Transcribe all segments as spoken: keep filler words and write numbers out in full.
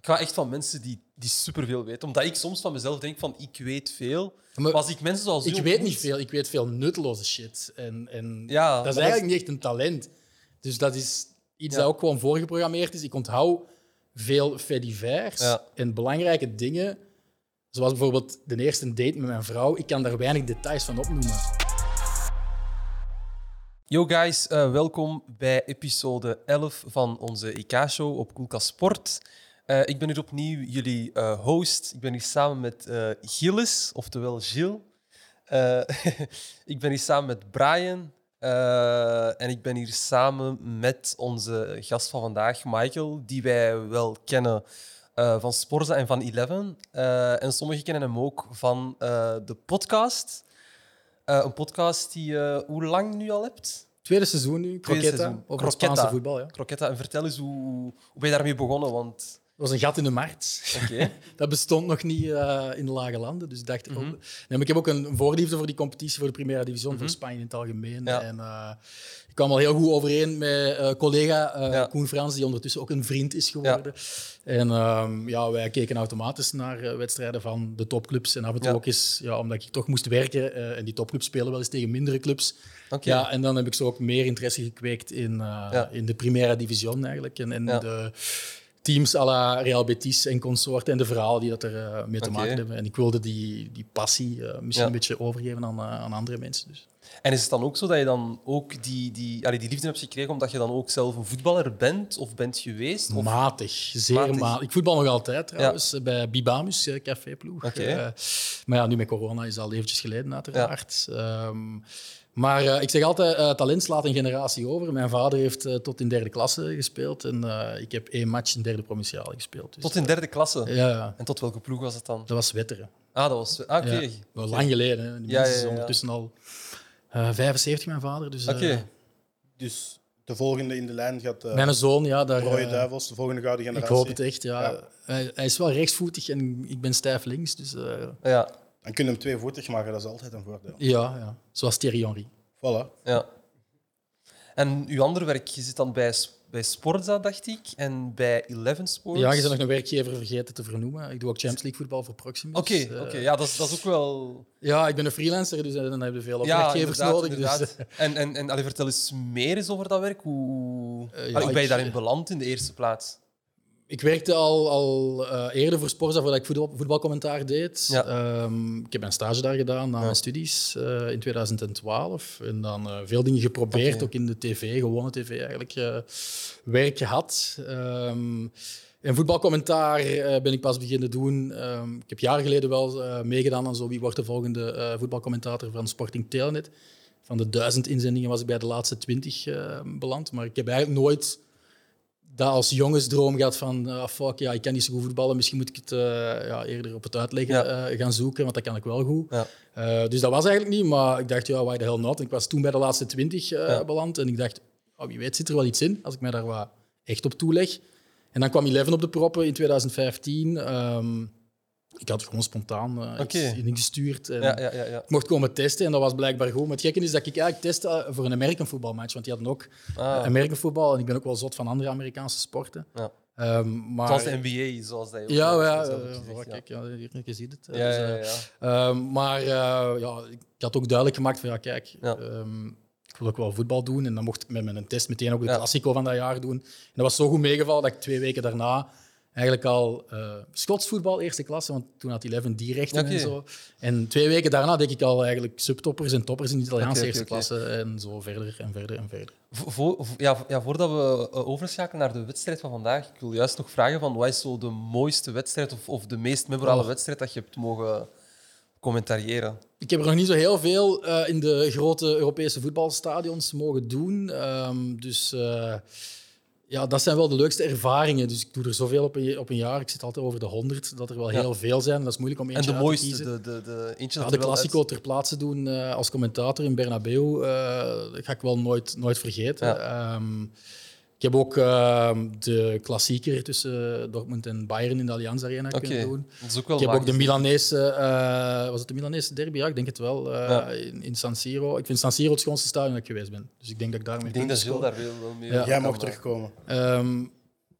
Ik ga echt van mensen die, die superveel weten. Omdat ik soms van mezelf denk van, ik weet veel. Maar Maar als ik mensen zoals u ik weet ontmoet- niet veel. Ik weet veel nutteloze shit. En, en Ja, dat is maar eigenlijk dat is- niet echt een talent. Dus dat is iets Ja. dat ook gewoon voorgeprogrammeerd is. Ik onthoud veel faits Ja. en belangrijke dingen. Zoals bijvoorbeeld de eerste date met mijn vrouw. Ik kan daar weinig details van opnoemen. Yo guys, uh, welkom bij episode elf van onze I K-show op Koelkast Sport. Uh, ik ben hier opnieuw jullie uh, host. Ik ben hier samen met uh, Gilles, oftewel Gilles. Uh, ik ben hier samen met Brian. Uh, en ik ben hier samen met onze gast van vandaag, Michael, die wij wel kennen uh, van Sporza en van Eleven. Uh, en sommigen kennen hem ook van uh, de podcast. Uh, een podcast die je uh, hoe lang nu al hebt? Tweede seizoen nu, Croquetta, seizoen. over Croquetta. het Spaanse voetbal. Ja. Croquetta, en vertel eens, hoe, hoe ben je daarmee begonnen? Want... Dat was een gat in de markt. Okay. Dat bestond nog niet uh, in de lage landen. Dus ik dacht, Mm-hmm. oh. nee, maar ik heb ook een voorliefde voor die competitie, voor de Primera Division, Mm-hmm. voor Spanje in het algemeen. Ja. En, uh, ik kwam al heel goed overeen met uh, collega uh, ja. Koen Frans, die ondertussen ook een vriend is geworden. Ja. En um, ja, wij keken automatisch naar uh, wedstrijden van de topclubs. En af en toe ja. ook eens, ja, omdat ik toch moest werken. Uh, en die topclubs spelen wel eens tegen mindere clubs. Okay. Ja, en dan heb ik zo ook meer interesse gekweekt in, uh, ja. in de Primera Division eigenlijk. En, en ja. de teams à la Real Betis en consorten en de verhalen die dat er uh, mee te okay. maken hebben. En ik wilde die, die passie uh, misschien ja. een beetje overgeven aan, uh, aan andere mensen. Dus. En is het dan ook zo dat je dan ook die, die, allee, die liefde hebt gekregen omdat je dan ook zelf een voetballer bent of bent geweest? Of? Matig, zeer matig. matig. Ik voetbal nog altijd trouwens, ja. bij Bibamus, uh, caféploeg. Okay. Uh, maar ja, nu met corona is al eventjes geleden uiteraard. Ja. Um, Maar uh, ik zeg altijd, uh, talent slaat een generatie over. Mijn vader heeft uh, tot in derde klasse gespeeld en uh, ik heb één match in derde provinciale gespeeld. Dus, tot in derde klasse? Uh, ja. En tot welke ploeg was het dan? Dat was Wetteren. Ah, dat was... Ah, oké. Okay. Ja, wel lang geleden. Hè. Die ja, mensen ja, ja, is ondertussen al uh, vijfenzeventig, mijn vader. Dus, uh, oké. Okay. Dus de volgende in de lijn gaat... Uh, mijn zoon, ja. Daar, Rode uh, Duivels, de volgende gouden generatie. Ik hoop het echt, ja. ja. Hij, hij is wel rechtsvoetig en ik ben stijf links. Dus, uh, ja. Dan kun je hem tweevoetig maken, dat is altijd een voordeel. Ja, ja. Zoals Thierry Henry. Voilà. Ja. En uw andere werk, je zit dan bij, bij Sporza, dacht ik, en bij Eleven Sports. Ja, je bent nog een werkgever vergeten te vernoemen. Ik doe ook Champions League voetbal voor Proximus. Oké, okay, uh, okay. ja, dat is, dat is ook wel... Ja, ik ben een freelancer, dus dan heb je veel ja, werkgevers nodig. Inderdaad. Dus. En, en, en allee, vertel eens meer eens over dat werk. Hoe, uh, ja, allee, hoe ben je ik, daarin beland in de eerste plaats? Ik werkte al, al uh, eerder voor Sporza voordat ik voetbal, voetbalcommentaar deed. Ja. Um, ik heb mijn stage daar gedaan na ja. mijn studies uh, in twintig twaalf. En dan uh, veel dingen geprobeerd, okay. ook in de tv, gewone tv eigenlijk, uh, werk gehad. Um, en voetbalcommentaar uh, ben ik pas beginnen doen. Um, ik heb jaren geleden wel uh, meegedaan aan zo wie wordt de volgende uh, voetbalcommentator van Sporting Telenet. Van de duizend inzendingen was ik bij de laatste twintig uh, beland. Maar ik heb eigenlijk nooit... dat als jongensdroom gaat van uh, fuck, ja, ik kan niet zo goed voetballen, misschien moet ik het uh, ja, eerder op het uitleggen ja. uh, gaan zoeken, want dat kan ik wel goed. Ja. Uh, dus dat was eigenlijk niet, maar ik dacht, ja, why the hell not? En ik was toen bij de laatste twintig uh, ja. beland en ik dacht, oh, wie weet zit er wel iets in als ik mij daar wat echt op toeleg. En dan kwam Eleven op de proppen in twintig vijftien. Um, ik had gewoon spontaan uh, okay. iets ingestuurd. En ja, ja, ja, ja. Ik mocht komen testen en dat was blijkbaar goed. Maar het gekke is dat ik eigenlijk testte voor een American voetbalmatch, want die hadden ook ah. American voetbal en ik ben ook wel zot van andere Amerikaanse sporten. Ja. Um, maar... Zoals de N B A, zoals dat je ook ja, hebt, ja, zo ja, gezegd, kijk, ja, hier, je ziet het. Ja, dus, ja, ja. Um, maar uh, ja, ik had ook duidelijk gemaakt van, ja, kijk, ja. Um, ik wil ook wel voetbal doen. En dan mocht ik met mijn test meteen ook de ja. Classico van dat jaar doen. En dat was zo goed meegevallen dat ik twee weken daarna eigenlijk al uh, Schots voetbal, eerste klasse, want toen had Eleven die rechten okay. en zo. En twee weken daarna deed ik al eigenlijk subtoppers en toppers in de Italiaanse okay, okay, eerste okay. klasse en zo verder en verder en verder. Vo, ja, ja, voordat we overschakelen naar de wedstrijd van vandaag, ik wil juist nog vragen van wat is zo de mooiste wedstrijd of, of de meest memorale oh. wedstrijd dat je hebt mogen commentariëren? Ik heb er nog niet zo heel veel uh, in de grote Europese voetbalstadions mogen doen. Um, dus... Uh, Ja, dat zijn wel de leukste ervaringen. Dus ik doe er zoveel op een, op een jaar. Ik zit altijd over de honderd, dat er wel heel ja. veel zijn. Dat is moeilijk om eentje en de uit mooiste, te kiezen. De, de, de, eentje ja, de Classico uit... ter plaatse doen uh, als commentator in Bernabeu, uh, dat ga ik wel nooit, nooit vergeten. Ja. Um, ik heb ook uh, de klassieker tussen Dortmund en Bayern in de Allianz Arena okay. kunnen doen. Dat is ook wel ik heb ook de gezien. Milanese, uh, was het de Milanese derby? Ja, ik denk het wel. Uh, ja. in, in San Siro. Ik vind San Siro het schoonste stadion dat ik geweest ben. Dus ik denk dat ik daarmee. Ik denk dat Gilles daar wel mee. Ja. Jij mag terugkomen. Um,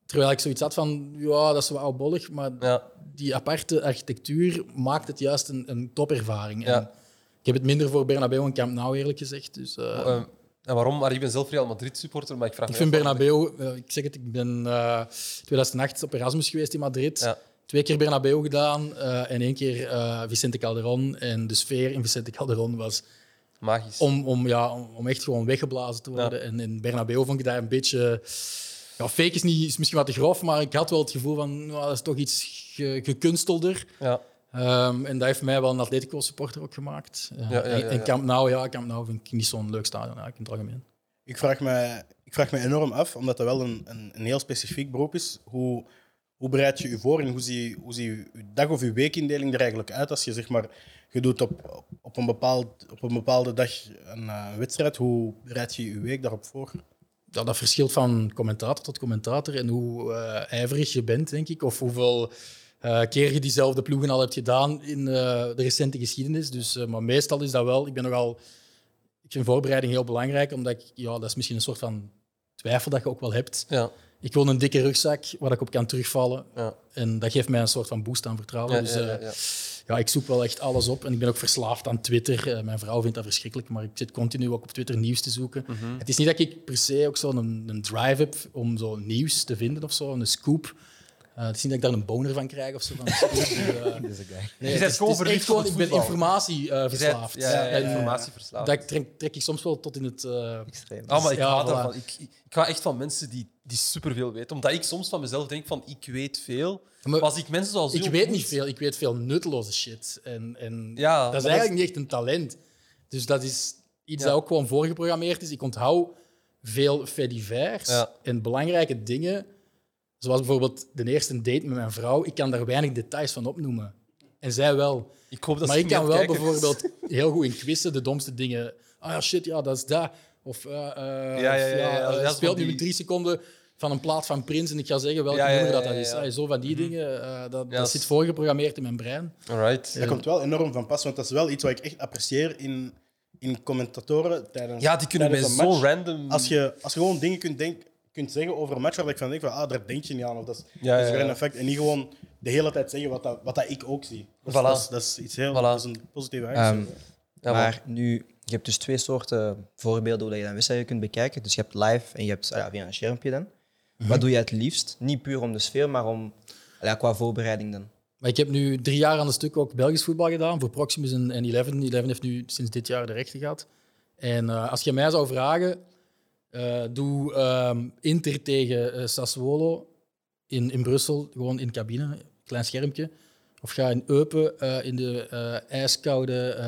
Terwijl ik zoiets had van, ja, dat is wel oudbollig, maar Ja. die aparte architectuur maakt het juist een, een topervaring. Ja. En ik heb het minder voor Bernabeu en Camp Nou, eerlijk gezegd. Dus, uh, Uh, en waarom? Maar ik ben zelf Real Madrid supporter, maar ik vraag ik me vind af- Bernabeu, uh, ik zeg het, ik ben uh, tweeduizend acht op Erasmus geweest in Madrid. Ja. Twee keer Bernabeu gedaan uh, en één keer uh, Vicente Calderón. En de sfeer in Vicente Calderón was Magisch. om, om, ja, om, om echt gewoon weggeblazen te worden. Ja. En in Bernabeu vond ik dat een beetje... Ja, fake is, niet, is misschien wat te grof, maar ik had wel het gevoel van nou, dat is toch iets ge, gekunstelder. Ja. Um, en dat heeft mij wel een Atletico-supporter ook gemaakt. Uh, Ja, ja, ja, ja. En Camp Nou, ja, Camp Nou vind ik niet zo'n leuk stadion eigenlijk, in het algemeen. Ik vraag me, ik vraag me enorm af, omdat dat wel een, een, een heel specifiek beroep is. Hoe, hoe bereid je je voor en hoe zie, hoe zie je dag- of je weekindeling er eigenlijk uit als je zeg maar, je doet op, op, een, bepaald, op een bepaalde dag een uh, wedstrijd? Hoe bereid je je week daarop voor? Ja, dat verschilt van commentator tot commentator en hoe uh, ijverig je bent, denk ik. Of hoeveel uh, keer je diezelfde ploegen al hebt gedaan in uh, de recente geschiedenis. Dus, uh, maar meestal is dat wel... Ik ben nogal... Ik vind voorbereiding heel belangrijk, omdat ik... Ja, dat is misschien een soort van twijfel dat je ook wel hebt. Ja. Ik wil een dikke rugzak waar ik op kan terugvallen. Ja. En dat geeft mij een soort van boost aan vertrouwen. Ja, dus, ja, uh, ja, ja. ja, ik zoek wel echt alles op. En ik ben ook verslaafd aan Twitter. Uh, mijn vrouw vindt dat verschrikkelijk, maar ik zit continu ook op Twitter nieuws te zoeken. Mhm. Het is niet dat ik per se ook zo'n een, een drive heb om zo nieuws te vinden of zo, een scoop. Uh, het is niet dat ik daar een boner van krijg of zo. Van een scoop. Dus, uh, Deze guy. nee, Je bent het is- gewoon het is echt verliefd op gewoon, het ik ben voetbal. informatie uh, Je bent- verslaafd. Ja, ja, ja, En, informatieverslaafd. dat trek, trek ik soms wel tot in het... Uh, Extreem. Ah, maar ik Ja, ga voilà. daarvan. Ik, ik, ik ga echt van mensen die, die superveel weten. Omdat ik soms van mezelf denk van, ik weet veel. Maar Maar als ik mensen zoals u ik weet ontmoet- niet veel. Ik weet veel nutteloze shit. En, en Ja, dat is maar eigenlijk niet echt een talent. Dus dat is iets Ja. dat ook gewoon voorgeprogrammeerd is. Ik onthoud veel faits divers Ja. en belangrijke dingen. Zoals bijvoorbeeld de eerste date met mijn vrouw. Ik kan daar weinig details van opnoemen. En zij wel. Ik hoop dat Maar ze ik niet kan aan het wel kijken is. bijvoorbeeld heel goed in quizzen de domste dingen. Ah ja, shit, ja, dat is dat. Of uh, uh, ja, ja, ja, ja. uh, Dat is speelt van nu die- in drie seconden van een plaat van Prins en ik ga zeggen welke Ja, ja, nummer dat, ja, dat ja, is. ja. Ah, zo van die dingen, uh, dat, dat dat zit is- voorgeprogrammeerd in mijn brein. Alright. Dat komt wel enorm van pas, want dat is wel iets wat ik echt apprecieer in, in commentatoren tijdens Ja, die kunnen mij tijdens een zo match. random... Als je, als je gewoon dingen kunt, denk, kunt zeggen over een match waar ik van denk van ah, daar denk je niet aan. Of dat is, Ja, dat is ja, weer een ja. effect. En niet gewoon de hele tijd zeggen wat, dat, wat dat ik ook zie. Dat, is- Voilà. dat, is, dat is iets heel... Voilà. Dat is een positieve Ehm, eigenschap. Ja, maar nu, je hebt dus twee soorten voorbeelden hoe je dan wedstrijden kunt bekijken. Dus je hebt live en je hebt ah ja, via een schermpje dan. Wat doe je het liefst? Niet puur om de sfeer, maar om ja, qua voorbereiding dan. Maar ik heb nu drie jaar aan een stuk ook Belgisch voetbal gedaan voor Proximus en, en Eleven. Eleven heeft nu sinds dit jaar de rechten gehad. En uh, als je mij zou vragen, uh, doe um, Inter tegen uh, Sassuolo in, in Brussel, gewoon in cabine, klein schermpje. Of ga in Eupen uh, in de uh, ijskoude,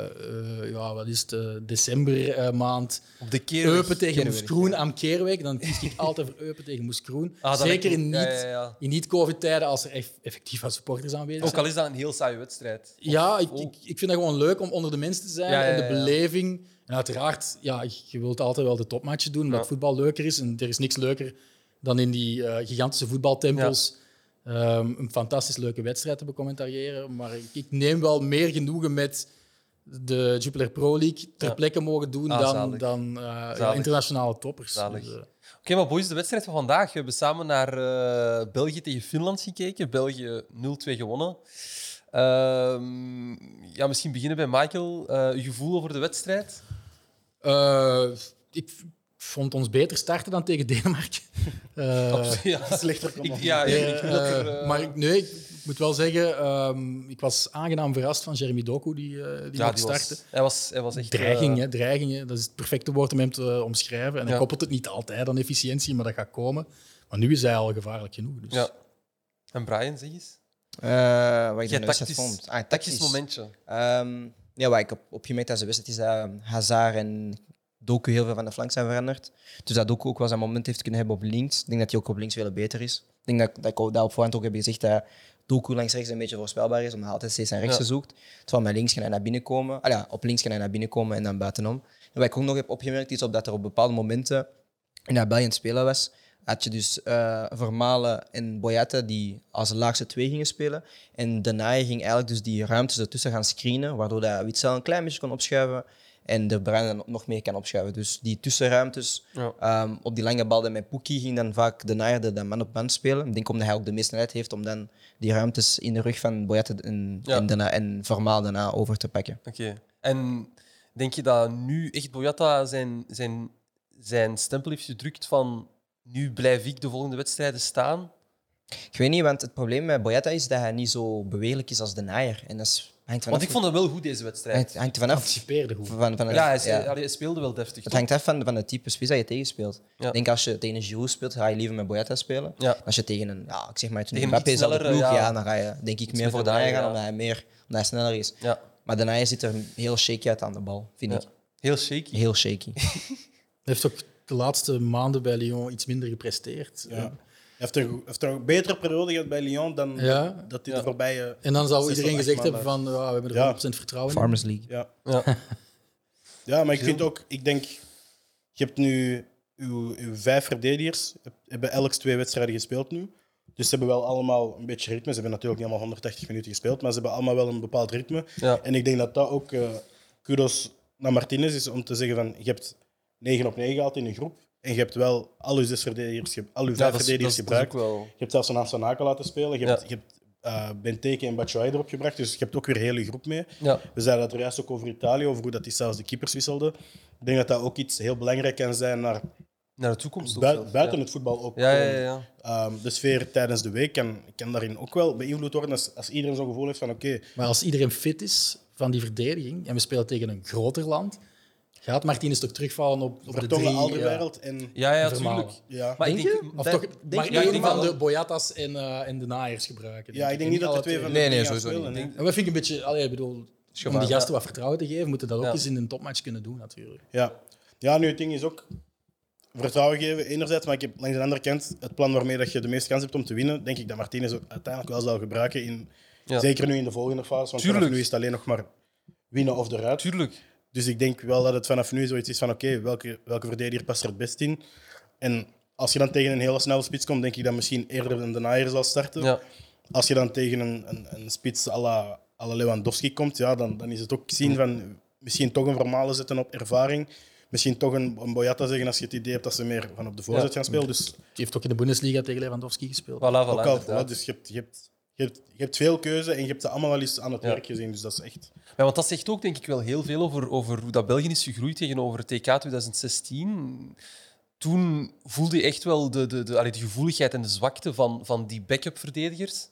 uh, uh, ja, wat is het, uh, decembermaand. Op de keer. Eupen tegen Keerweg, Moeskroen aan Keerweg. Dan kies ik altijd voor Eupen tegen Moeskroen. Ah, dat Zeker ik- in niet, ja, ja, ja. in niet-covid-tijden, als er eff- effectief wat supporters aanwezig zijn. Ook al is dat een heel saaie wedstrijd. Ja, ik, Oh. ik, ik vind dat gewoon leuk om onder de mensen te zijn Ja, ja, en de ja, ja. beleving. En uiteraard, ja, je wilt altijd wel de topmatchen doen, omdat Ja. voetbal leuker is. En er is niks leuker dan in die uh, gigantische voetbaltempels um, een fantastisch leuke wedstrijd te becommentariëren. Maar ik, ik neem wel meer genoegen met de Jupiler Pro League ter Ja. plekke mogen doen Ah, dan, zalig. dan uh, ja, Zalig. internationale toppers. Zalig. Dus, uh, Oké, maar boys, de wedstrijd van vandaag. We hebben samen naar uh, België tegen Finland gekeken. België nul twee gewonnen. Uh, ja, misschien beginnen bij Michael. Uh, uw gevoel over de wedstrijd? uh, ik vond ons beter starten dan tegen Denemarken. Uh, Absoluut, ja. Slechter kan Ik, nog ja, niet. ik, ik vind dat er, Eh, uh, maar ik, nee, ik moet wel zeggen, um, ik was aangenaam verrast van Jeremy Doku, die, uh, die ja, mocht die starten. was, hij, was, hij was echt... Dreiging, uh, hè, dreigingen, dat is het perfecte woord om hem te uh, omschrijven. En hij Ja. koppelt het niet altijd aan efficiëntie, maar dat gaat komen. Maar nu is hij al gevaarlijk genoeg. Dus. ja. En Brian, zeg eens. Uh, wat ik Jij de wedstrijd tactisch, vond. Ah, tactisch momentje. Um, ja, wat ik op, opgemerkt als de wedstrijd is dat Hazard en Doku heel veel van de flank zijn veranderd. Dus dat Doku ook wel zijn moment heeft kunnen hebben op links. Ik denk dat hij ook op links veel beter is. Ik denk dat, dat ik ook daar op voorhand ook heb gezegd dat Doku langs rechts een beetje voorspelbaar is, omdat hij altijd steeds naar rechts Ja. zoekt. Terwijl met links kan hij naar binnen komen. Ah, ja, op links kan hij naar binnen komen en dan buitenom. En wat ik ook nog heb opgemerkt is op dat er op bepaalde momenten in dat België aan het spelen was, had je dus uh, Vermalen en Boyata die als laagste twee gingen spelen. En daarna ging eigenlijk dus die ruimtes ertussen gaan screenen, waardoor dat Witsel een klein beetje kon opschuiven. en De Bruyne dan nog meer kan opschuiven. Dus die tussenruimtes, Ja. um, op die lange bal dat met Pukki ging dan vaak de Naaier de man op man spelen. Ik denk omdat hij ook de meeste snelheid heeft om dan die ruimtes in de rug van Boyata en, Ja. en, daarna, en Vermaal daarna over te pakken. Oké. Okay. En denk je dat nu echt Boyata zijn, zijn, zijn stempel heeft gedrukt van nu blijf ik de volgende wedstrijden staan? Ik weet niet, want het probleem met Boyata is dat hij niet zo bewegelijk is als de Naaier. En dat is, hangt vanaf, Want ik vond hem wel goed deze wedstrijd. hangt, hangt er vanaf Anticipeerde goed. van, van het, Ja, hij, ja. ja, hij speelde wel deftig. Het toch? hangt af van, van het type spits dat je tegenspeelt. Ja. Ik denk als je tegen een Giroud speelt, ga je liever met Boyata spelen. Ja. Als je tegen een, ja, ik zeg maar, Tegen een een Mbappé iets dezelfde snellere, ploeg, ja. ja, dan ga je denk ik Iets meer voor de beter Naaier gaan, ja. omdat hij, meer, omdat hij sneller is. Ja. Maar de Naaier ziet er heel shaky uit aan de bal, vind Ja. ik. Heel shaky. Heel shaky. Hij heeft ook de laatste maanden bij Lyon iets minder gepresteerd. Ja. Hij heeft een, heeft een betere periode gehad bij Lyon dan Ja. dat hij Ja. de voorbije... En dan zou zes iedereen tot acht gezegd hebben maanden- van ja, we hebben er Ja. honderd procent vertrouwen in. Farmers League. Ja. Ja. Ja, maar ik vind ook, ik denk, je hebt nu uw, uw vijf verdedigers, hebben elk twee wedstrijden gespeeld nu. Dus ze hebben wel allemaal een beetje ritme. Ze hebben natuurlijk niet allemaal honderdtachtig minuten gespeeld, maar ze hebben allemaal wel een bepaald ritme. Ja. En ik denk dat dat ook uh, kudos naar Martinez is om te zeggen van, je hebt negen op negen gehad in een groep en je hebt wel al je zes verdedigers, ge- al je vijf Ja, dat is- verdedigers dat is- dat is gebruikt. ook wel... Je hebt zelfs een Assanaka laten spelen. Je hebt, Ja. je hebt uh, Benteke en Batshuayi erop gebracht, dus je hebt ook weer een hele groep mee. Ja. We zeiden dat er juist ook over Italië, over hoe dat die zelfs de keepers wisselde. Ik denk dat dat ook iets heel belangrijk kan zijn naar Naar de toekomst ook bui- zelfs, buiten ja. het voetbal ook. Ja, ja, gewoon, ja. ja. um, de sfeer tijdens de week kan, kan daarin ook wel beïnvloed worden als, als iedereen zo'n gevoel heeft van oké, Maar als iedereen fit is van die verdediging en we spelen tegen een groter land, gaat Martinez toch terugvallen op, op de Vertongen drie... Alderweireld en... Ja, ja, Vermaal. tuurlijk. Ja. Maar ik Denk denk, je? Of dat- toch denk maar je? Ja, ik één denk van wel. de Boyatas en, uh, en de Naaiers gebruiken. ja, ik denk niet dat de alle twee van Nee, de nee, drie gaan sowieso spelen, niet. hè. En dat vind ik een beetje... Allee, ik bedoel, om die gevaarlijk. gasten wat vertrouwen te geven, moeten dat ook Ja. eens in een topmatch kunnen doen, natuurlijk. Ja. Ja, nu het ding is ook vertrouwen geven enerzijds, maar ik heb langs de andere kant het plan waarmee dat je de meeste kans hebt om te winnen, denk ik dat Martinez ook uiteindelijk wel zal gebruiken, in, Ja. zeker nu in de volgende fase, want Tuurlijk. vanaf nu is het alleen nog maar winnen of eruit. Tuurlijk. Dus ik denk wel dat het vanaf nu zoiets is van oké, welke, welke verdediger past er het best in? En als je dan tegen een hele snelle spits komt, denk ik dat misschien eerder een De Naaier zal starten. Ja. Als je dan tegen een, een, een spits à la, à la Lewandowski komt, ja, dan, dan is het ook zien van misschien toch een Vermalen zetten op ervaring. Misschien toch een, een Boyata zeggen als je het idee hebt dat ze meer van op de voorzet Ja. gaan spelen. Dus Die heeft ook in de Bundesliga tegen Lewandowski gespeeld. Voilà, voilà, ook al, inderdaad. voilà, dus je hebt, je, hebt, je, hebt, je hebt veel keuze en je hebt ze allemaal wel eens aan het Ja. werk gezien. Dus dat is echt... Ja, want dat zegt ook denk ik wel heel veel over, over hoe dat België is gegroeid tegenover het T K twintig zestien. Toen voelde je echt wel de, de, de, allee, de gevoeligheid en de zwakte van, van die backup-verdedigers.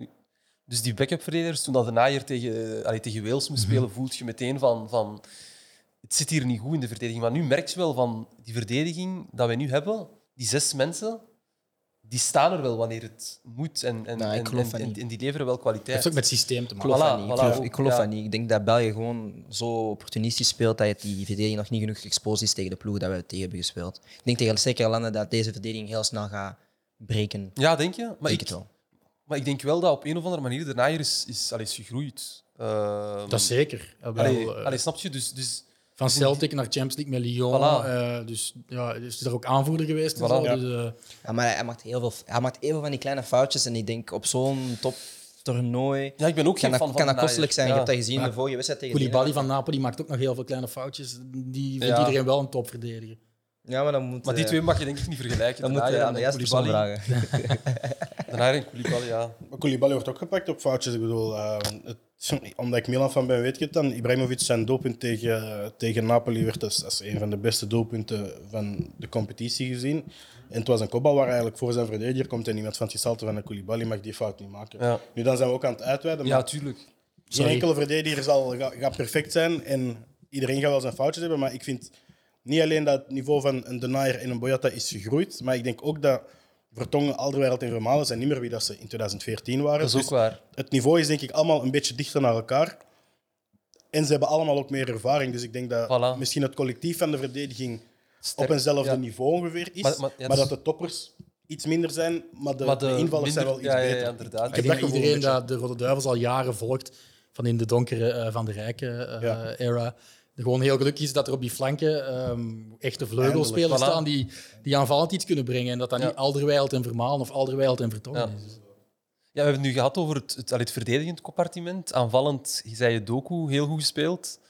Dus die backup-verdedigers, toen dat de Naaier tegen, allee, tegen Wales moest spelen, voelde je meteen van, van... Het zit hier niet goed in de verdediging. Maar nu merk je wel van die verdediging dat wij nu hebben, die zes mensen, die staan er wel wanneer het moet. En, en, Nou, ik en, geloof en, van en, niet. en die leveren wel Het kwaliteit. heeft ook met het systeem te Ik maken. geloof Voilà, van niet. Ik voilà, geloof, ook, ik geloof ja. van niet. Ik denk dat België gewoon zo opportunistisch speelt dat die verdediging nog niet genoeg exposed is tegen de ploeg dat we tegen hebben gespeeld. Ik denk tegen zekere landen dat deze verdediging heel snel gaat breken. Ja, denk je? Maar Denk ik, het wel. Maar ik denk wel dat op een of andere manier de Naaier is, is, allee, is gegroeid. Uh, Dat is zeker. Ja, wel, allee, eh, allee, snap je? Dus, dus, van Celtic naar Champions League met Lyon. Voilà. eh, dus ja, is er ook aanvoerder geweest. En Voilà. zo, Ja. dus, eh, Ja, maar hij maakt heel veel, hij maakt heel veel van die kleine foutjes en ik denk op zo'n toptoernooi ja, ik ben ook kan geen dat, fan van kan de dat kostelijk zijn. Naaier. Je hebt dat gezien Maar de vorige wedstrijd tegen Koulibaly Denemarken. van Napoli maakt ook nog heel veel kleine foutjes. Die vindt Ja. iedereen wel een topverdediger. Ja, maar dan moet, Maar die eh, twee mag je denk ik niet vergelijken. dan De moet je Naaier aan de en juiste persoon Koulibaly. vragen. De Naaier en Koulibaly, ja. Maar Koulibaly wordt ook gepakt op foutjes. Ik bedoel, uh, het, omdat ik Milan fan ben, weet je het dan. Ibrahimovic zijn doelpunt tegen, tegen Napoli werd als, als een van de beste doelpunten van de competitie gezien. En het was een kopbal waar eigenlijk voor zijn verdediger komt en iemand van het gestalte van de Koulibaly mag die fout niet maken. Ja. Nu dan zijn we ook aan het uitweiden, Ja, maar tuurlijk. geen Sorry. enkele verdediger zal, gaat, gaat perfect zijn en iedereen gaat wel zijn foutjes hebben. Maar ik vind niet alleen dat het niveau van een De Naaier en een Boyata is gegroeid, maar ik denk ook dat Vertongen, Alderweireld en Vermalen zijn niet meer wie dat ze in twintig veertien waren. Dat is ook Dus waar. het niveau is denk ik allemaal een beetje dichter naar elkaar. En ze hebben allemaal ook meer ervaring. Dus ik denk dat Voilà. misschien het collectief van de verdediging Sterk, op eenzelfde ja. niveau ongeveer is. Maar- Maar, maar- ja, dus- dat de toppers iets minder zijn, maar de, Maar de de invallers zijn wel minder- iets ja, ja, beter. ja, inderdaad. Ik Ik heb denk dat dat gevoel iedereen een beetje. dat de Rode Duivels al jaren volgt, van in de donkere eh, Van de Rijken eh, Ja. era, gewoon heel gelukkig is dat er op die flanken ehm, echte vleugelspelers Eindelijk. Voilà. staan die, die aanvallend iets kunnen brengen. En dat dat Ja. niet Alderweireld en Vermaelen of Alderweireld en Vertongen Ja. is. Ja, we hebben het nu gehad over het, het, allee, het verdedigend compartiment. Aanvallend zei je Doku heel goed gespeeld.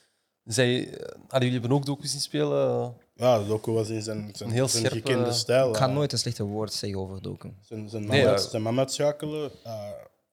Zij, uh, allee, jullie hebben ook docu zien spelen. Ja, Doku was in zijn, zijn, Een heel zijn scherpe- gekende stijl. Ik ga ja. nooit een slechte woord zeggen over Doku. Zijn, zijn, Nee, man, uit, ja. zijn man uitschakelen. Uh,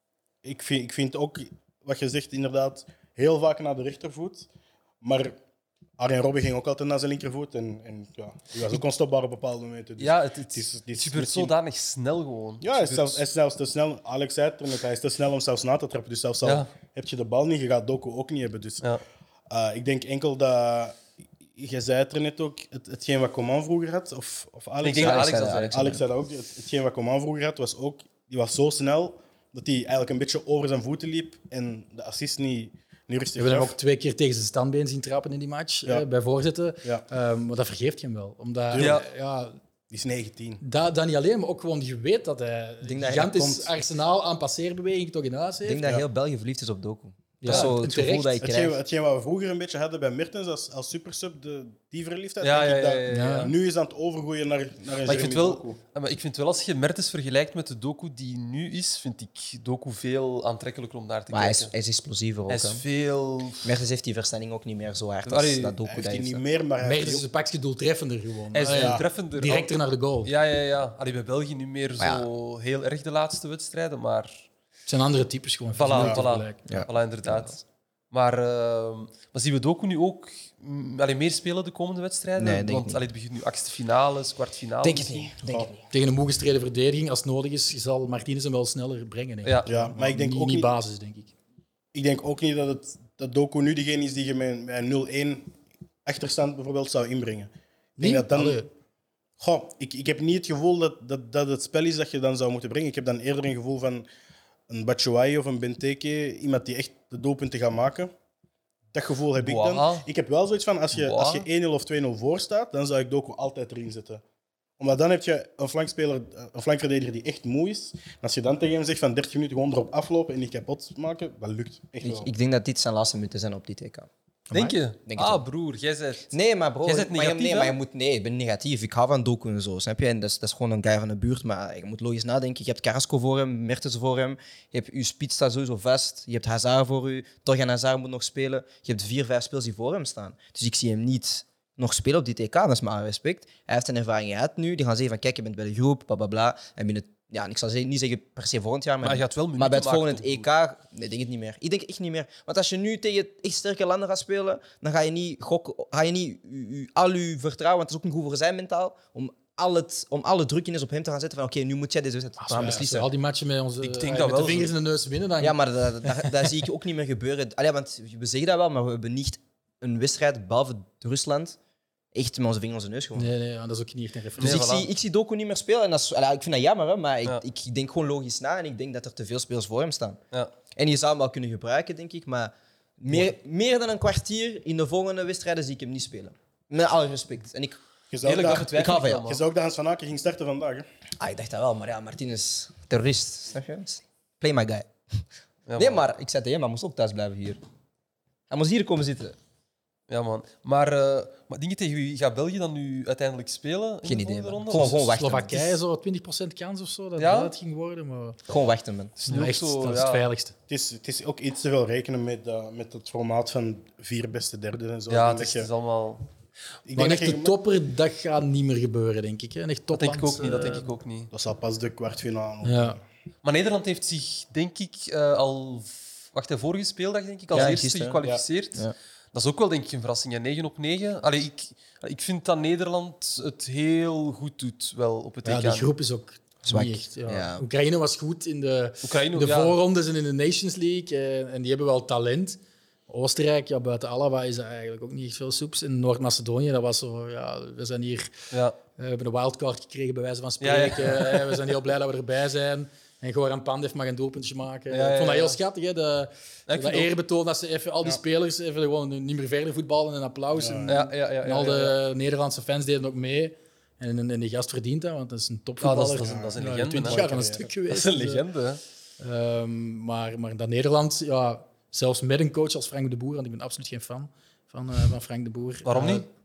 ik, vind, ik vind ook, wat je zegt, inderdaad, heel vaak naar de rechtervoet. Maar Arjen Robben ging ook altijd naar zijn linkervoet. En, en ja, die was ook onstopbaar op bepaalde momenten. Dus Ja, het, het, het is, het is het gebeurt misschien- zodanig snel gewoon. Ja, hij Het is, gebeurt- zelfs, hij is zelfs te snel. Alex zei het er net, hij is te snel om zelfs na te trappen. Dus zelfs al Ja. heb je de bal niet, je gaat Doku ook niet hebben. Dus Ja. uh, ik denk enkel dat... Je zei het er net ook, het, hetgeen wat Coman vroeger had, of, of Alex Ik denk zei- dat Alex dat zei zei. dat, Alex zei dat ook. Het- Hetgeen wat Coman vroeger had, was ook... Die was zo snel dat hij eigenlijk een beetje over zijn voeten liep en de assist niet, niet rustig We hebben hem gaf. ook twee keer tegen zijn standbeen zien trappen in die match, Ja. eh, bij voorzetten. Ja, Ehm, maar dat vergeeft je hem wel. Omdat, Ja. ja, die is negentien. dat, dat niet alleen, maar ook gewoon je weet dat hij denk een dat hij gigantisch komt. arsenaal aan passeerbewegingen toch in huis Ik heeft. denk dat Ja. heel België verliefd is op Doku. Dat Ja, is zo en het terecht. gevoel dat je Hetgeen, krijgt. hetgeen wat we vroeger een beetje hadden bij Mertens als, als supersub, de, die verliefdheid, Ja, denk ja, ik ja, dat ja, ja. nu is aan het overgooien naar, naar een Maar ik Jeremy vind, wel, Doku. ja, maar ik vind wel, als je Mertens vergelijkt met de Doku die nu is, vind ik Doku veel aantrekkelijker om naar te Maar hij is, kijken. hij is explosiever ook. Hij is hè. veel... Mertens heeft die versnelling ook niet meer zo hard als Allee, dat Doku Hij heeft dat die heeft. niet hè. meer, maar hij Mertens heeft is een pakje doeltreffender gewoon. Hij is Ah, veel ja. treffender. Directer naar de goal. Ja, ja, ja. Allee, bij België nu meer Maar ja. zo heel erg de laatste wedstrijden, maar... Het zijn andere types gewoon. Voilà, fysiek te voilà. vergelijken. Ja. Voilà, inderdaad. Maar, uh, maar zien we Doku nu ook mm, allee, meer spelen de komende wedstrijden? Nee, denk ik Want niet. allee, het begint nu achtste finales, kwartfinales. Denk het misschien. niet. Denk het niet. Tegen een moe gestreden verdediging, als het nodig is, zal Martinez hem wel sneller brengen. Denk ik. Ja. Ja, maar ik denk niet, ook niet niet, basis, denk ik. ik denk ook niet dat, het, dat Doku nu degene is die je met, met een nul-één achterstand bijvoorbeeld zou inbrengen. Ik denk Niet? dat dan... Allee. Goh, ik, ik heb niet het gevoel dat, dat, dat het spel is dat je dan zou moeten brengen. Ik heb dan eerder een gevoel van een Batshuayi of een Benteke, iemand die echt de doelpunten gaat maken. Dat gevoel heb ik dan. Boah. Ik heb wel zoiets van, als je, Boah. als je één nul of twee nul voor staat, dan zou ik Doku altijd erin zetten. Omdat dan heb je een flankspeler, een flankverdediger die echt moe is. En als je dan tegen hem zegt van dertig minuten gewoon erop aflopen en niet kapot maken, dat lukt echt Ik, wel. ik denk dat dit zijn laatste minuten zijn op die T K. Denk je? Denk het ah, wel. broer, jij zegt... Nee, maar bro, Jij bent maar je- negatief, nee, hè? maar je moet, nee, ik ben negatief. Ik hou van Doku en zo, snap je? En dat is, dat is gewoon een guy van de buurt, maar je moet logisch nadenken. Je hebt Carrasco voor hem, Mertens voor hem, je hebt je spits staat sowieso vast, je hebt Hazard voor u, Torgan Hazard moet nog spelen. Je hebt vier, vijf spelers die voor hem staan. Dus ik zie hem niet nog spelen op die T K, dat is maar respect. Hij heeft een ervaring gehad nu, die gaan zeggen van kijk, je bent bij de groep, bla bla bla. En binnen, ja, en ik zal niet zeggen per se volgend jaar, maar, Maar hij gaat wel maar bij het minuten volgende maken, E K, nee, ik denk het niet meer. Ik denk het echt niet meer. Want als je nu tegen echt sterke landen gaat spelen, dan ga je niet gokken, ga je niet u- u- al je vertrouwen, want het is ook niet goed voor zijn mentaal, om al, het, om alle druk in eens op hem te gaan zetten van oké, nu moet jij deze wedstrijd Als gaan we- als we beslissen. al die matchen met, onze, Ik denk eh, dat met wel de vingers zo. in de neus winnen, dan Ja, maar dat, dat, dat zie ik ook niet meer gebeuren. Allee, want we zeggen dat wel, maar we hebben niet een wedstrijd, behalve Rusland, echt met onze vinger in onze neus gewoon. Nee, nee, ja, dat is ook niet echt een Dus referentie. Nee, ik, voilà. zie, ik zie Doku niet meer spelen. En dat is, allee, ik vind dat jammer, hè, maar ik, Ja. ik denk gewoon logisch na. En ik denk dat er te veel spelers voor hem staan. Ja. En je zou hem wel kunnen gebruiken, denk ik. Maar meer, meer dan een kwartier in de volgende wedstrijden zie ik hem niet spelen. Met alle respect. En ik, Je zou, Eerlijk, dat dat, betwijfel ik hou ik van wel, je man. zou ook dat Hans van Aken ging starten vandaag. Hè? ah, ik dacht dat wel, maar ja, Martinez, terrorist. Snap je? Play my guy. Ja, Nee, man. maar ik zei tegen hem, hij moest ook thuis blijven hier. Hij moest hier komen zitten. Ja, man. Maar, uh, maar dingen tegen wie gaat België dan nu uiteindelijk spelen? in Geen de idee, volgende man. ronde? Gewoon- gewoon wachten. Slowakije, zo twintig procent kans of zo, dat Ja? dat het ging worden. Maar Gewoon wachten, man. Het is nu ja, ook echt, zo, dat is ja. het veiligste. Het is, het is ook iets te veel rekenen met, uh, met het formaat van vier beste derden en zo. Ja, Ik het denk is, dat het je- is allemaal... ik Maar denk een dat je echte topper, dat gaat niet meer gebeuren, denk ik. Hè. Een echt Dat denk ik topland, ook niet, dat eh, denk ik ook niet. Dat zal pas de kwartfinale. Ja. Maar Nederland heeft zich, denk ik, uh, al... Wacht, de vorige speeldag, denk ik, als Ja, eerste gisteren, gekwalificeerd. ja. Ja. Dat is ook wel, denk ik, een verrassing. Ja, negen op negen. Allee, ik, ik vind dat Nederland het heel goed doet, wel, op het Ja, E K. die groep is ook Zwak. niet echt. Ja. Ja. Oekraïne was goed in de, Oekraïne, in de ja. voorrondes en in de Nations League. En, en die hebben wel talent. Oostenrijk, ja, buiten Alaba is dat eigenlijk ook niet echt veel soeps. In Noord-Macedonië, dat was zo, ja, we zijn hier, Ja. we hebben een wildcard gekregen bij wijze van Ja, ja. spreken. Eh, We zijn heel blij dat we erbij zijn. En Goran Pandev mag een doelpuntje maken. Ja, ja, Ik vond dat heel ja. schattig, hè? De, Ja, ik dat vind ook- eerbetoon dat ze even, al die Ja. spelers even gewoon niet meer verder voetballen en applaus. Ja. En, Ja, ja, ja, ja, en al ja, ja. de Nederlandse fans deden ook mee. En, en die gast verdient dat, want dat is een Ja, topvoetballer. dat is, dat is, een- dat is een Ja, legende. twintig hè. jaar aan een Ja, stuk Dat geweest. is een dus, eh, legende, hè. Ehm, maar, maar dat Nederland, ja, zelfs met een coach als Frank de Boer, want ik ben absoluut geen fan van, eh, van Frank de Boer. Waarom Eh, niet?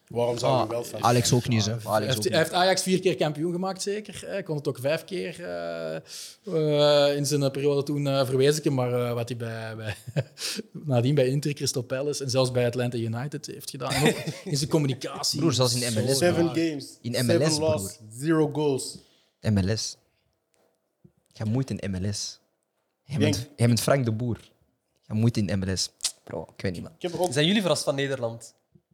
Waarom zou je Ah, wel staan? Alex ook niet, hè. Hij Alex heeft, ook hij niet. heeft Ajax vier keer kampioen gemaakt, zeker. Hij kon het ook vijf keer uh, uh, in zijn periode toen uh, verwezenlijken. Maar uh, wat hij bij, bij nadien bij Inter, Crystal Palace en zelfs bij Atlanta United heeft gedaan. En ook in zijn communicatie. Broer, zelfs in M L S. Seven Ja. games, In M L S, seven broer. loss, zero goals. M L S. Je moet in M L S. Jij Denk- bent, jij bent Frank de Boer. Je moet in M L S. Bro, ik weet niet, man. Ik heb er ook Zijn jullie verrast van Nederland?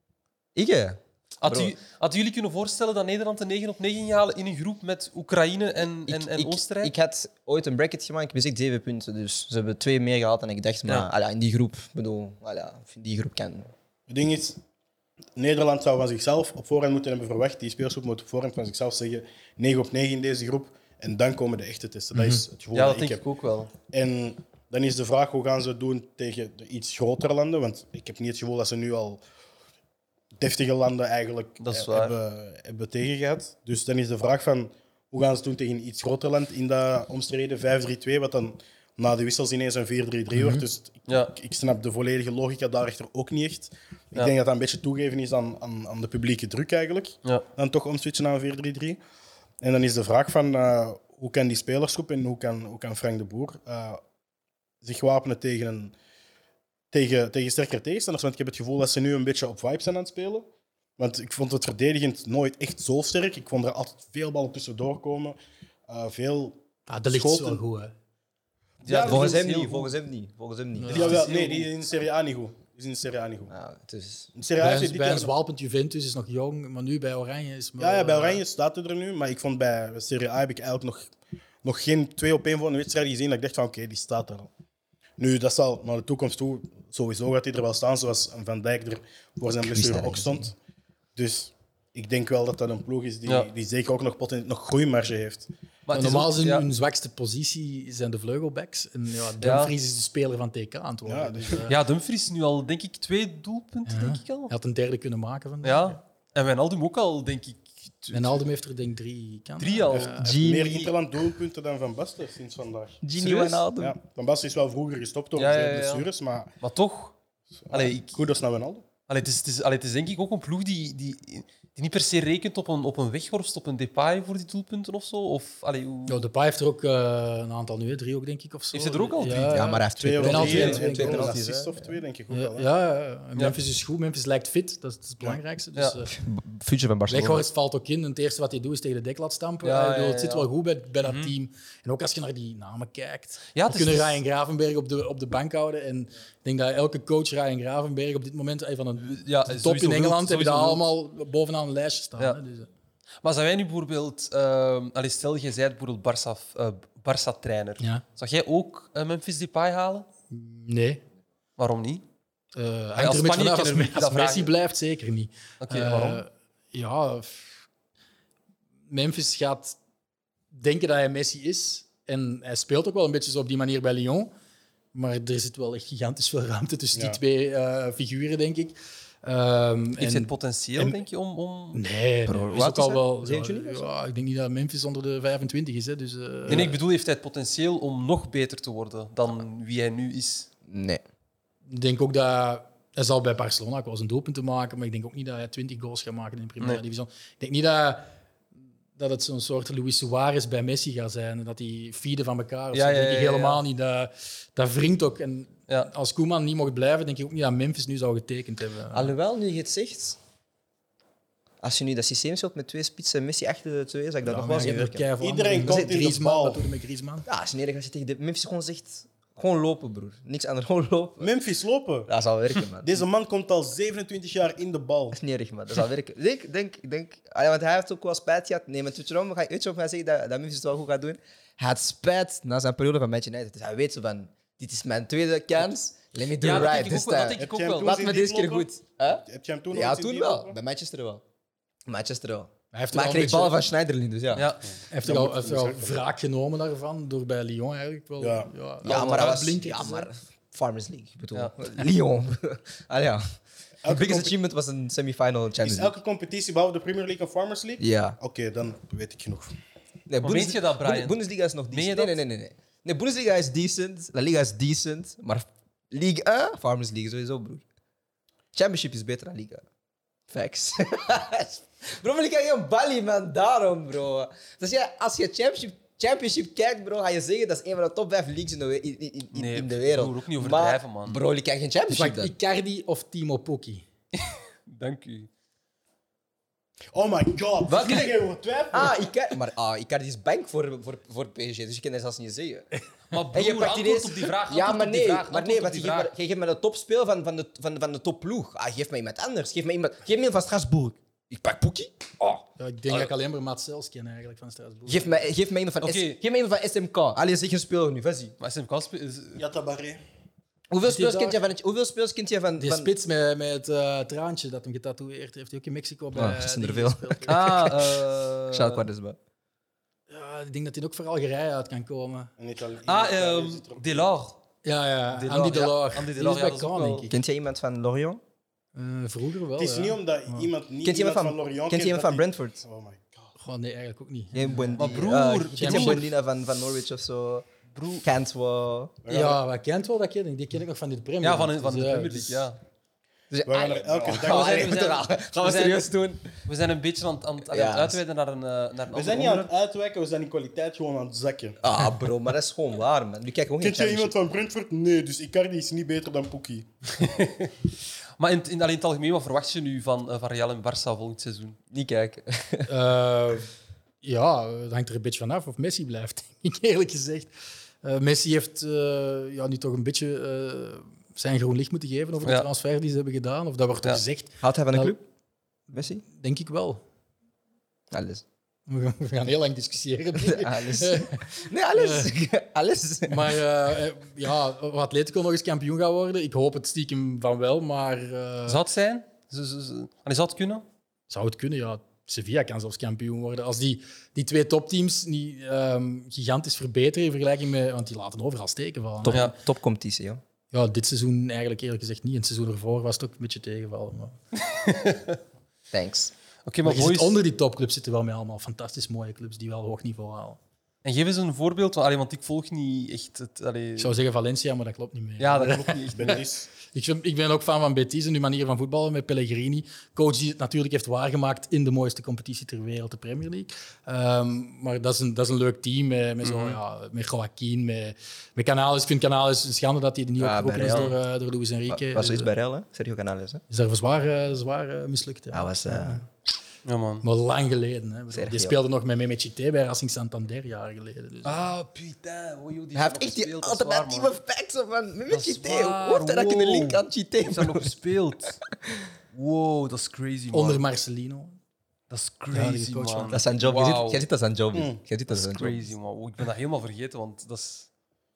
Ik, hè? Had Bro. u, hadden jullie kunnen voorstellen dat Nederland een negen op negen ging halen in een groep met Oekraïne en, en, Ik, en ik, Oostenrijk? ik had ooit een bracket gemaakt, ik bezig zeven punten. Dus ze hebben twee meer gehaald dan ik dacht. Maar Ja. allee, in die groep, ik bedoel, allee, in die groep kan. Het ding is, Nederland zou van zichzelf op voorhand moeten hebben verwacht. Die spelersgroep moet op voorhand van zichzelf zeggen negen op negen in deze groep. En dan komen de echte testen. Dat is het gevoel ja, dat, dat ik denk heb. ik ook wel. En dan is de vraag, hoe gaan ze het doen tegen de iets grotere landen? Want ik heb niet het gevoel dat ze nu al deftige landen eigenlijk Dat is eh, waar. hebben, hebben tegengehad. Dus dan is de vraag van, hoe gaan ze het doen tegen een iets groter land in dat omstreden vijf drie twee, wat dan na de wissels ineens een vier drie drie wordt. Dus ik, Ja. ik, ik snap de volledige logica daarachter ook niet echt. Ik Ja. denk dat dat een beetje toegeven is aan, aan, aan de publieke druk eigenlijk. Ja. Dan toch omswitchen naar een vier drie drie. En dan is de vraag van, uh, hoe kan die spelersgroep en hoe kan, hoe kan Frank de Boer uh, zich wapenen tegen, een, tegen, tegen sterkere tegenstanders? Want ik heb het gevoel dat ze nu een beetje op vibe zijn aan het spelen. Want ik vond het verdedigend nooit echt zo sterk. Ik vond er altijd veel ballen tussendoor komen. Uh, veel Ah, dat ligt wel schoten. goed, hè. Ja, volgens dat hem is heel niet, goed. volgens hem niet. Volgens hem niet. Ja. Jawel, is heel nee, die goed. is in de Serie A niet goed. Die is in de Serie A niet goed. Ja, het is... In de Serie A Bij, is hij een- dit bij een jaar- zwalpend Juventus is nog jong, maar nu bij Oranje is... Ja, ja, bij Oranje staat hij er nu. Maar ik vond bij Serie A heb ik eigenlijk nog, nog geen twee op één volgende wedstrijd gezien dat ik dacht van oké, die staat er al. Nu, dat zal naar de toekomst toe sowieso gaat hij er wel staan, zoals Van Dijk er voor zijn blessure dat ook stond. Dus ik denk wel dat dat een ploeg is die, Ja. die zeker ook nog, poten- nog groeimarge heeft. Maar het is normaal ook- zijn ja. hun zwakste positie zijn de vleugelbacks. En ja, Dumfries is de speler van T K aan het worden. Ja, dus, eh, Ja, Dumfries nu al, denk ik, twee doelpunten, denk ik al. hij had een derde kunnen maken vandaag. Ja. En Wijnaldum ook al, denk ik, t- En Aldum heeft er denk ik drie kanten. drie al. Hij heeft Gini- meer Interland doelpunten dan Van Basten sinds vandaag. Gini Serieus? Wijnaldum. Ja, Van Basten is wel vroeger gestopt door Ja, zijn ja, ja. blessures, maar Maar toch, allee, ik, kudos naar Wijnaldum. allee, het, is, het, is, allee, het is denk ik ook een ploeg die, die, die niet per se rekent op een, op een Weghorst, op een Depay voor die doelpunten of zo. Of, allee, hoe... Ja, Depay heeft er ook eh, een aantal nu, hè, drie ook denk ik. Of zo. Heeft hij er ook al drie? Ja, maar hij heeft twee Twee of Penalty drie en en twee twee goals. assists of twee, denk ik ook Ja, wel. hè. ja, ja. En Memphis is goed. Memphis lijkt fit. Dat is het belangrijkste. Dus, Ja. eh, Future van Barcelona. Weghorst valt ook in. En het eerste wat hij doet is tegen de dek laat stampen. Ja, Ik bedoel, ja, het zit ja. wel goed bij, bij dat team. En ook als je naar die namen kijkt. Ja, we het is- kunnen het is- Ryan Gravenberg op de, op de bank houden. En ik denk dat elke coach Ryan Gravenberg op dit moment eh, van een Ja, top sowieso in Engeland wild, hebben dat sowieso wild. allemaal bovenaan een lijstje staan. Ja. Hè, dus, eh. Maar zou jij nu bijvoorbeeld... Uh, allee, stel, jij bent bijvoorbeeld Barça, uh, Barça-trainer. Ja. Zou jij ook uh, Memphis Depay halen? Nee. Waarom niet? Uh, als hangt er met Spanje vanaf. Als, kunnen we als dat Messi vragen. blijft, zeker niet. Oké, Eh, waarom? Ja, f- Memphis gaat denken dat hij Messi is. En hij speelt ook wel een beetje zo op die manier bij Lyon. Maar er zit wel echt gigantisch veel ruimte tussen Ja. die twee eh, figuren, denk ik. Ehm, Heeft en- hij het potentieel, en- denk je, om... om... Nee, Bro, hij hoe is oud ook is al hij? wel. zevenentwintig Ja, of zo? ik denk niet dat Memphis onder de vijfentwintig is. Hè, dus, eh, Nee, nee, ik bedoel, heeft hij het potentieel om nog beter te worden dan wie hij nu is? Nee. Ik denk ook dat hij zal bij Barcelona ook wel zijn doelpunten maken, maar ik denk ook niet dat hij twintig goals gaat maken in de Primera Nee. Division. Ik denk niet dat, dat het zo'n soort Luis Suarez bij Messi gaat zijn en dat die feeden van elkaar. Of Ja, zo. ja, denk ik ja, ja. helemaal niet. Dat, dat wringt ook. En Ja. als Koeman niet mocht blijven, denk ik ook niet dat Memphis nu zou getekend hebben. Alhoewel, nu je het zegt... Als je nu dat systeem speelt met twee spitsen en Messi achter de twee, zou ik dat Ja, nog maar wel je zien hebt er werken. keiveel Iedereen andere- komt in de Griezmann, bal. wat doe je met Griezmann? Ja, als je nederig als je tegen de Memphis gewoon zegt... Gewoon lopen, broer. Niks anders, gewoon lopen. Memphis lopen. Dat zal werken, man. Deze man komt al zevenentwintig jaar in de bal. Dat is niet erg, man. Dat zal werken. Denk, denk, denk. Allee, want hij heeft ook wel spijt gehad. Nee, met Twitterom ga ik weet je of hij zeggen dat, dat Memphis het wel goed gaat doen. Hij had spijt na zijn periode van Manchester United. Dus hij weet zo van, dit is mijn tweede kans. Let me do Ja, dat right denk ik this ook wel. Dat time. denk ik Heb ook jij hem wel. toen Laat zien me deze keer dieplopen? goed. Huh? Heb je hem toen Ja, ooit zien toen wel. dieplopen? Bij Manchester wel. Manchester wel. Hij heeft er Maar al hij een kreeg ballen beetje- van Schneiderlin, dus ja. Ja. Hij heeft Dan er al, moet heeft je er al zeggen. wraak genomen daarvan, door bij Lyon eigenlijk wel. Ja. ja, Ja, al maar dat was... uitblinkend Ja, te zijn. maar... Farmers League, ik bedoel. Ja. Lyon. Allee, ja. De Elke biggest compe- achievement was een semifinal Champions Is League. elke competitie behalve de Premier League en Farmers League? Ja. Oké, dan weet ik genoeg. Nee, Maar weet je dat, Brian? Bundes- Bundesliga is nog Meen je decent. dat? Nee, nee, nee, nee. Nee, Bundesliga is decent. La Liga is decent. Maar Ligue één, Farmers League sowieso, broer. Championship is beter dan Liga. Facts. Bro, maar ik krijg geen Bali, man. Daarom, bro. Dus ja, als je championship, championship kijkt, bro, ga je zeggen dat is een van de top vijf leagues in de, we- in, in, in, Nee, in de wereld. broer, ook niet overdrijven, maar, man. Bro, ik krijg geen Dus championship wacht, dan. Icardi of Timo Pukki? Dank u. Oh my god. Wat? Wat jij over twijfelen? Ah, Icardi, maar ah, Icardi is bank voor, voor, voor P S G, dus je kan dat zelfs niet zeggen. Maar En je broer, pakt antwoord ineens- op die vraag. Ja, antwoord maar op die nee, vraag, maar antwoord nee op want die je geeft, vraag. me, je geeft me de topspeel van, van, de, van, van de topploeg. Ah, geef me iemand anders. Geef me iemand, geef me iemand van Strasbourg. Ik pak Poekie. Oh. Ja, ik denk dat ik alleen maar Maat Sels ken eigenlijk van Strasbourg. Geef me, geef me iemand van, Oké. S, geef me iemand van S M K. Allee, zeg een speler nu, vas-y. Maar S M K spe- is... Ja, Tabaré. Hoeveel Is die speels kent je daar? van, het- hoeveel speels kent je van... Die van spits met, met het uh, traantje dat hem getatoeëerd heeft, hij ook in Mexico bij. Ah, dat zijn er dingen veel. gespeeld. Ah, eh... Charles Quaresma. Ja, ik denk dat hij ook voor Algerije uit kan komen. En Italië. Ah, Italië ehm zit erop. Delors. Ja, ja, Delors, Andy ja. Delors. Andy Die Delors, is ja, bij dat is ook Caen, wel- denk ik. Kent jij iemand van Lorient? Uh, vroeger wel. Het is ja. niet omdat iemand niet Kent je iemand van, Lorient kent je iemand van dat die- Brentford? Oh my god. Goh, nee, eigenlijk ook niet. Geen Buendina. Maar broer, Ah, kent je broer. Buendina van, van Norwich of zo? Broer. Cantwell. Ja, wat kent wel dat ken ik. Die ken ik nog van de Premier Ja, van, League. van de Dus, Premier dus- League, ja. Dus, We gaan er elke dag... Gaan we, zijn- we we zijn- gaan we we zijn- serieus doen? We zijn een beetje aan het, aan het, aan Ja. het uitweiden naar een, eh, naar een We ander zijn niet aan het onderwerp. uitwijken, we zijn in kwaliteit gewoon aan het zakken. Ah, bro, maar dat is gewoon waar, man. Nu kijk gewoon geen Kent jij iemand championship. van Brentford? Nee, dus Icardi is niet beter dan Pukki. Maar in, in, alleen in het algemeen, wat verwacht je nu van, eh, van Real en Barça volgend seizoen? Niet kijken. Eh, ja, het hangt er een beetje vanaf of Messi blijft, denk ik eerlijk gezegd. Eh, Messi heeft eh, ja, nu toch een beetje eh, zijn groen licht moeten geven over de Ja. transfer die ze hebben gedaan. Of dat wordt er Ja. gezegd, Houdt hij van een Nou, club? Messi? denk ik wel. Alles. We gaan, we gaan heel lang discussiëren. denk ik. Alles. Nee, alles. Alles. Maar eh, eh, ja, of Atletico nog eens kampioen gaat worden, ik hoop het stiekem van wel, maar eh, Zou het zijn? Z- z- z- Allee, zou het kunnen? zou het kunnen, ja. Sevilla kan zelfs kampioen worden. Als die, die twee topteams niet ehm, gigantisch verbeteren in vergelijking met... Want die laten overal steken vallen. Top, Ja. Topcompetitie, ja. Ja, dit seizoen eigenlijk eerlijk gezegd niet. En het seizoen ervoor was het ook een beetje tegenvallen. Maar, Thanks. Oké, maar maar je boys... zit onder die topclubs zitten wel met allemaal fantastisch mooie clubs die wel hoog niveau halen. En geef eens een voorbeeld, want, allee, want ik volg niet echt het... Allee... Ik zou zeggen Valencia, maar dat klopt niet meer. Ja, dat klopt niet echt. Betis. Ik, vind- ik ben ook fan van Betis en die manier van voetballen met Pellegrini. Coach die het natuurlijk heeft waargemaakt in de mooiste competitie ter wereld, de Premier League. Ehm, maar dat is, een, dat is een leuk team met, met, zo, Mhm. ja, met Joaquin, met, met Canales. Ik vind Canales een schande dat hij er niet Ja, opgeroepen bij is Real. door, eh, door Luis Enrique. Was zoiets Dus, bij Real, hè? Sergio Canales, hè? is daar zwaar, eh, zwaar eh, mislukt. Ja. Hij was... eh, Ja, man. Maar lang geleden. Hè. Sergio. Die speelde nog met Mehmet Chité bij Racing Santander jaren geleden. Dus. Ah, putain. Oh, joh, die Hij heeft echt die alternatieve facts van met Chité. Hoe heeft hij dat kunnen wow. linken aan Chité? Heeft daar nog gespeeld? Wow, dat is crazy, man. Onder Marcelino. Dat is Ja, die crazy, coach van- man. Dat is zijn job. Je Wauw. ziet- Jij ziet dat zijn job. Mm. Jij ziet dat Dat is zijn job. crazy, man. Oh, ik ben dat helemaal vergeten, want dat is...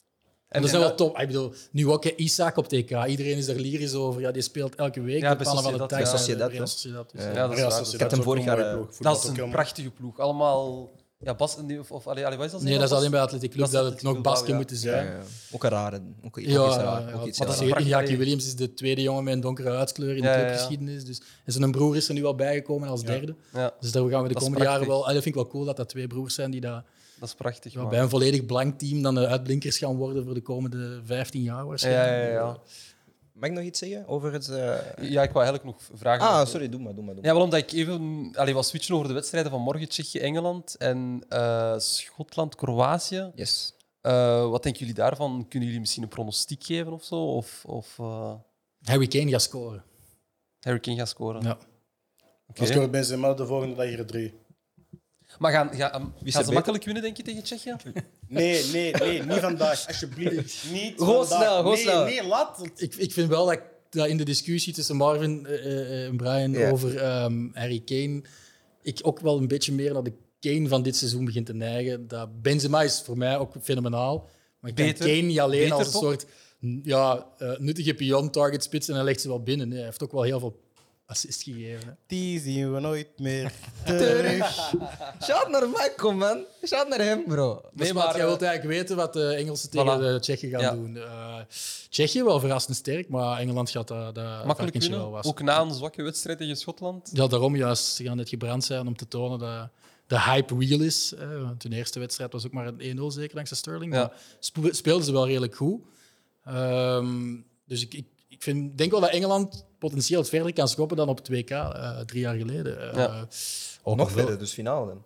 En dat is wel top. Ik bedoel, nu ook hè, Isaac op T K. Iedereen is er lyrisch over. Ja, die speelt elke week. Ja, de bij pannen van de Sociedad, tak. ja. bij Sociedad, Real hè. Sociedad, dus, Ja. ja. Ja, dat is Ja, waar. Sociedad Ik heb hem is ook vorig een mooie jaar, ploeg. Dat Voetbal is ook een heel mooi. prachtige ploeg. Allemaal... Ja, Bas... nee, Of, of, allee, allee, wat is dat? Nee, dat is Bas? alleen bij Athletic Club Dat is dat het Athletic nog Bilbao, basket ja. moeten Ja, zijn. ja. Ook een rare. Ook, ook Ja, iets ja, raar. ja, Ook iets maar dat raar. is dat is- prachtig. Iñaki Williams is de tweede jongen met een donkere huidskleur in de Ja, ja, ja. clubgeschiedenis. Dus, en zijn broer is er nu al bijgekomen als Ja. derde. Ja, Dus daar gaan we de Dat is komende jaren prachtig. wel... Ah, dat vind ik wel cool dat dat twee broers zijn die dat, dat is prachtig, ja, man. bij een volledig blank team dan de uitblinkers gaan worden voor de komende vijftien jaar Ja, waarschijnlijk. ja, ja, ja. Mag ik nog iets zeggen over het... eh, Ja, ik wou eigenlijk nog vragen. Ah, sorry. Doe maar, doe maar. Doe Ja, wel omdat ik even allee, wat switchen over de wedstrijden van morgen. Tsjechië-Engeland en eh, Schotland-Kroatië. Yes. Eh, wat denken jullie daarvan? Kunnen jullie misschien een pronostiek geven of zo? Of, of eh, Harry Kane gaat scoren. Harry Kane gaat scoren? Ja. Oké. Dan scoort Benzema de volgende dag er drie. Maar gaan, gaan, um, is gaan er ze beter? makkelijk winnen, denk je, tegen Tsjechië? Nee, nee, nee, niet vandaag. Alsjeblieft. Niet Gewoon vandaag. snel, gewoon nee, snel. Nee, laat het. Ik, ik vind wel dat, ik- dat in de discussie tussen Marvin eh, eh, en Brian Ja. over ehm, Harry Kane, ik ook wel een beetje meer naar de Kane van dit seizoen begin te neigen. Dat Benzema is voor mij ook fenomenaal. Maar ik kan Beter. Kane niet alleen Beter, als een toch? soort ja, eh, nuttige pion, target spits en hij legt ze wel binnen. Nee, hij heeft ook wel heel veel assist gegeven. Hè. Die zien we nooit meer terug. Shout naar Michael, man. Shout naar hem, bro. Dus Nee, maar maar, jij eh, wilt eigenlijk weten wat de Engelsen tegen voilà. de Tsjechen gaan Ja. doen. Eh Tsjechië wel verrassend sterk, maar Engeland gaat dat, dat Makkelijk varkentje winnen? wel was. Ook na een zwakke wedstrijd tegen Schotland? Ja, daarom juist. Ze gaan net gebrand zijn om te tonen dat de hype real is. Eh, want hun eerste wedstrijd was ook maar een één nul zeker dankzij Sterling. Ja. Maar spe- speelden ze wel redelijk goed. Ehm, dus ik, ik, ik vind, denk wel dat Engeland potentieel het verder kan schoppen dan op het W K uh, drie jaar geleden. Uh, Ja. ook Nog wel- verder, dus finale dan.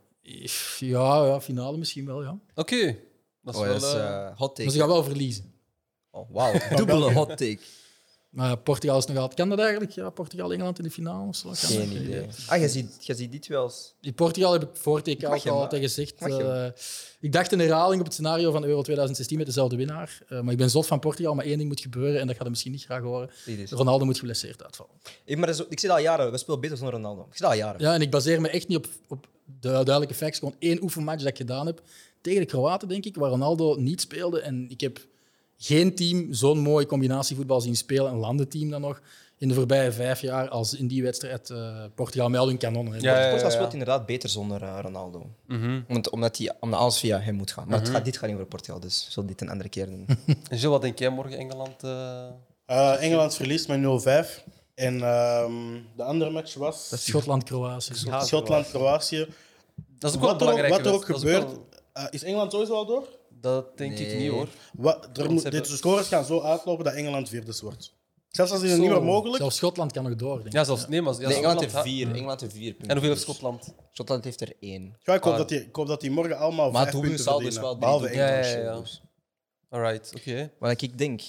Ja, ja, finale misschien wel, ja. Oké. Okay. Dat is Oh, wel... dat is eh, uh, hot take. Maar ze gaan wel verliezen. Oh, wauw, dubbele hot take. Maar Portugal is nog altijd... Kan dat eigenlijk? Ja, Portugal-Engeland in de finale of zo? Kan Geen dat? idee. Ah, je ziet, je ziet dit wel eens. In Portugal heb ik voor het E K Mag ook je al maar. altijd gezegd. Mag je Uh, ik dacht een herhaling op het scenario van Euro twintig zestien met dezelfde winnaar. Uh, maar ik ben zot van Portugal, maar één ding moet gebeuren en dat gaat hij misschien niet graag horen. Dit is. Ronaldo moet geblesseerd uitvallen. Ik, maar dat is, ik zie dat al jaren. We spelen beter zonder Ronaldo. Ik zie dat al jaren. Ja, en ik baseer me echt niet op, op de duidelijke facts. Gewoon één oefenmatch dat ik gedaan heb tegen de Kroaten, denk ik, waar Ronaldo niet speelde. En ik heb geen team zo'n mooi combinatievoetbal zien spelen, een landenteam dan nog, in de voorbije vijf jaar als in die wedstrijd uh, Portugal met al hun kanonnen. Ja, ja, Portugal ja. speelt inderdaad beter zonder uh, Ronaldo. mhm. Want, omdat, die, omdat alles via hem moet gaan. Maar Mhm. het gaat, dit gaat niet over Portugal, dus zullen we dit een andere keer doen. En Gilles, wat denk jij morgen Engeland? Uh... Uh, Engeland verliest met nul vijf. En ehm, de andere match was Schotland-Kroatië. Ja, Schotland-Kroatië. Dat is ook wel een Wat er ook, belangrijke wat er ook wedstrijd. Dat is gebeurt... ook Uh, is Engeland sowieso al door? wel- Dat denk ik Nee. niet, hoor. Wat, er moet, hebben- de scores gaan zo uitlopen dat Engeland vierde wordt. Zelfs als die er Zo. niet meer mogelijk... Zelfs Schotland kan nog door, denk ik. Ja, zelfs... Nee, maar... Ja, Nee, Engeland heeft Schotland- vier. Engeland heeft vier punten. En hoeveel heeft Dus Schotland? Schotland heeft er één. Ja, ik, hoop Ah. dat die, ik hoop dat die morgen allemaal Maar vijf het punten saldo is verdienen. wel drie Behalve doelpunten. Engeland. Ja, ja, ja. Dus. Alright, oké. Wat ik denk...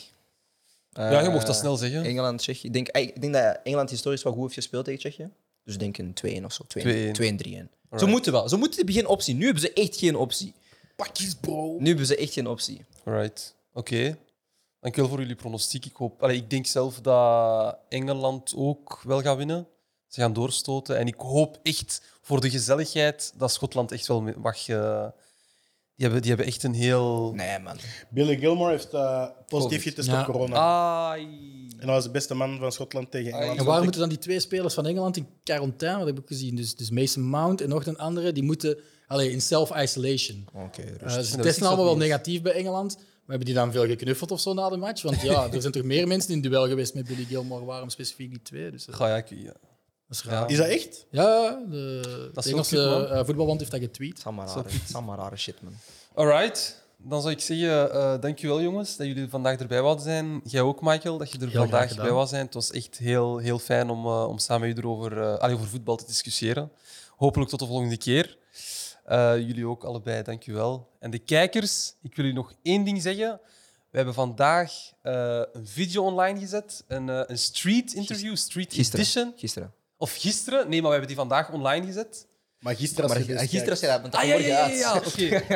Ja, je eh, mocht dat snel zeggen. Engeland, Tsjechië. Ik denk, ik denk dat Engeland historisch wel goed heeft gespeeld tegen Tsjechië. Dus ik denk een twee een of zo. twee een. twee en drie een. Ze Alright. moeten wel. Ze moeten hebben geen optie. Nu hebben ze echt geen optie. Pakjes, bro. Nu hebben ze echt geen optie. Alright, oké. Dankjewel voor jullie pronostiek. Ik, hoop... Allee, ik denk zelf dat Engeland ook wel gaat winnen. Ze gaan doorstoten. En ik hoop echt voor de gezelligheid dat Schotland echt wel mag... Uh... Die, hebben, die hebben echt een heel... Nee, man. Billy Gilmore heeft uh, positief Covid. getest Ja. op corona. Ai. En dat was de beste man van Schotland tegen Engeland. Ai. En waar moeten dan die twee spelers van Engeland in quarantaine? Dat heb ik ook gezien. Dus, dus Mason Mount en nog een andere, die moeten allee, in self-isolation. Oké, Uh, rustig. ze wist testen ik allemaal wel niet. negatief bij Engeland. Maar hebben die dan veel geknuffeld of zo na de match? Want ja, er zijn toch meer mensen in duel geweest met Billy Gilmore. Waarom specifiek die twee? Dus, uh, Ga ja, ik... ja. dat is raar. Is dat echt? Ja, de, Dat de is Engelse wel goed, man. uh, voetbalbond heeft dat getweet. Het is allemaal Zo rare, goed. het is allemaal rare shit, man. Alright. Dan zou ik zeggen, uh, dankjewel jongens dat jullie vandaag erbij wilden zijn. Jij ook, Michael, dat je er Heel graag vandaag gedaan. bij wou zijn. Het was echt heel, heel fijn om, uh, om samen met u erover, uh, allee, over voetbal te discussiëren. Hopelijk tot de volgende keer. Uh, jullie ook allebei, dankjewel. En de kijkers, ik wil jullie nog één ding zeggen. We hebben vandaag uh, een video online gezet, een, uh, een street interview, street Gisteren. edition. Gisteren. Of gisteren, nee, maar we hebben die vandaag online gezet. Maar gisteren... als Maar je deze gisteren kijkt- zei dat, want dat Ah, ja, morgen ja, ja, uit. ja.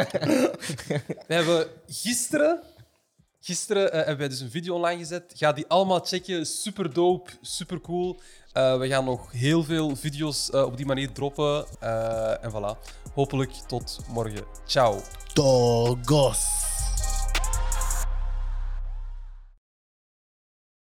Oké. We hebben gisteren, gisteren uh, hebben wij dus een video online gezet. Ga die allemaal checken. Super dope, super cool. Uh, we gaan nog heel veel video's uh, op die manier droppen. Uh, en voilà. Hopelijk tot morgen. Ciao. Togos.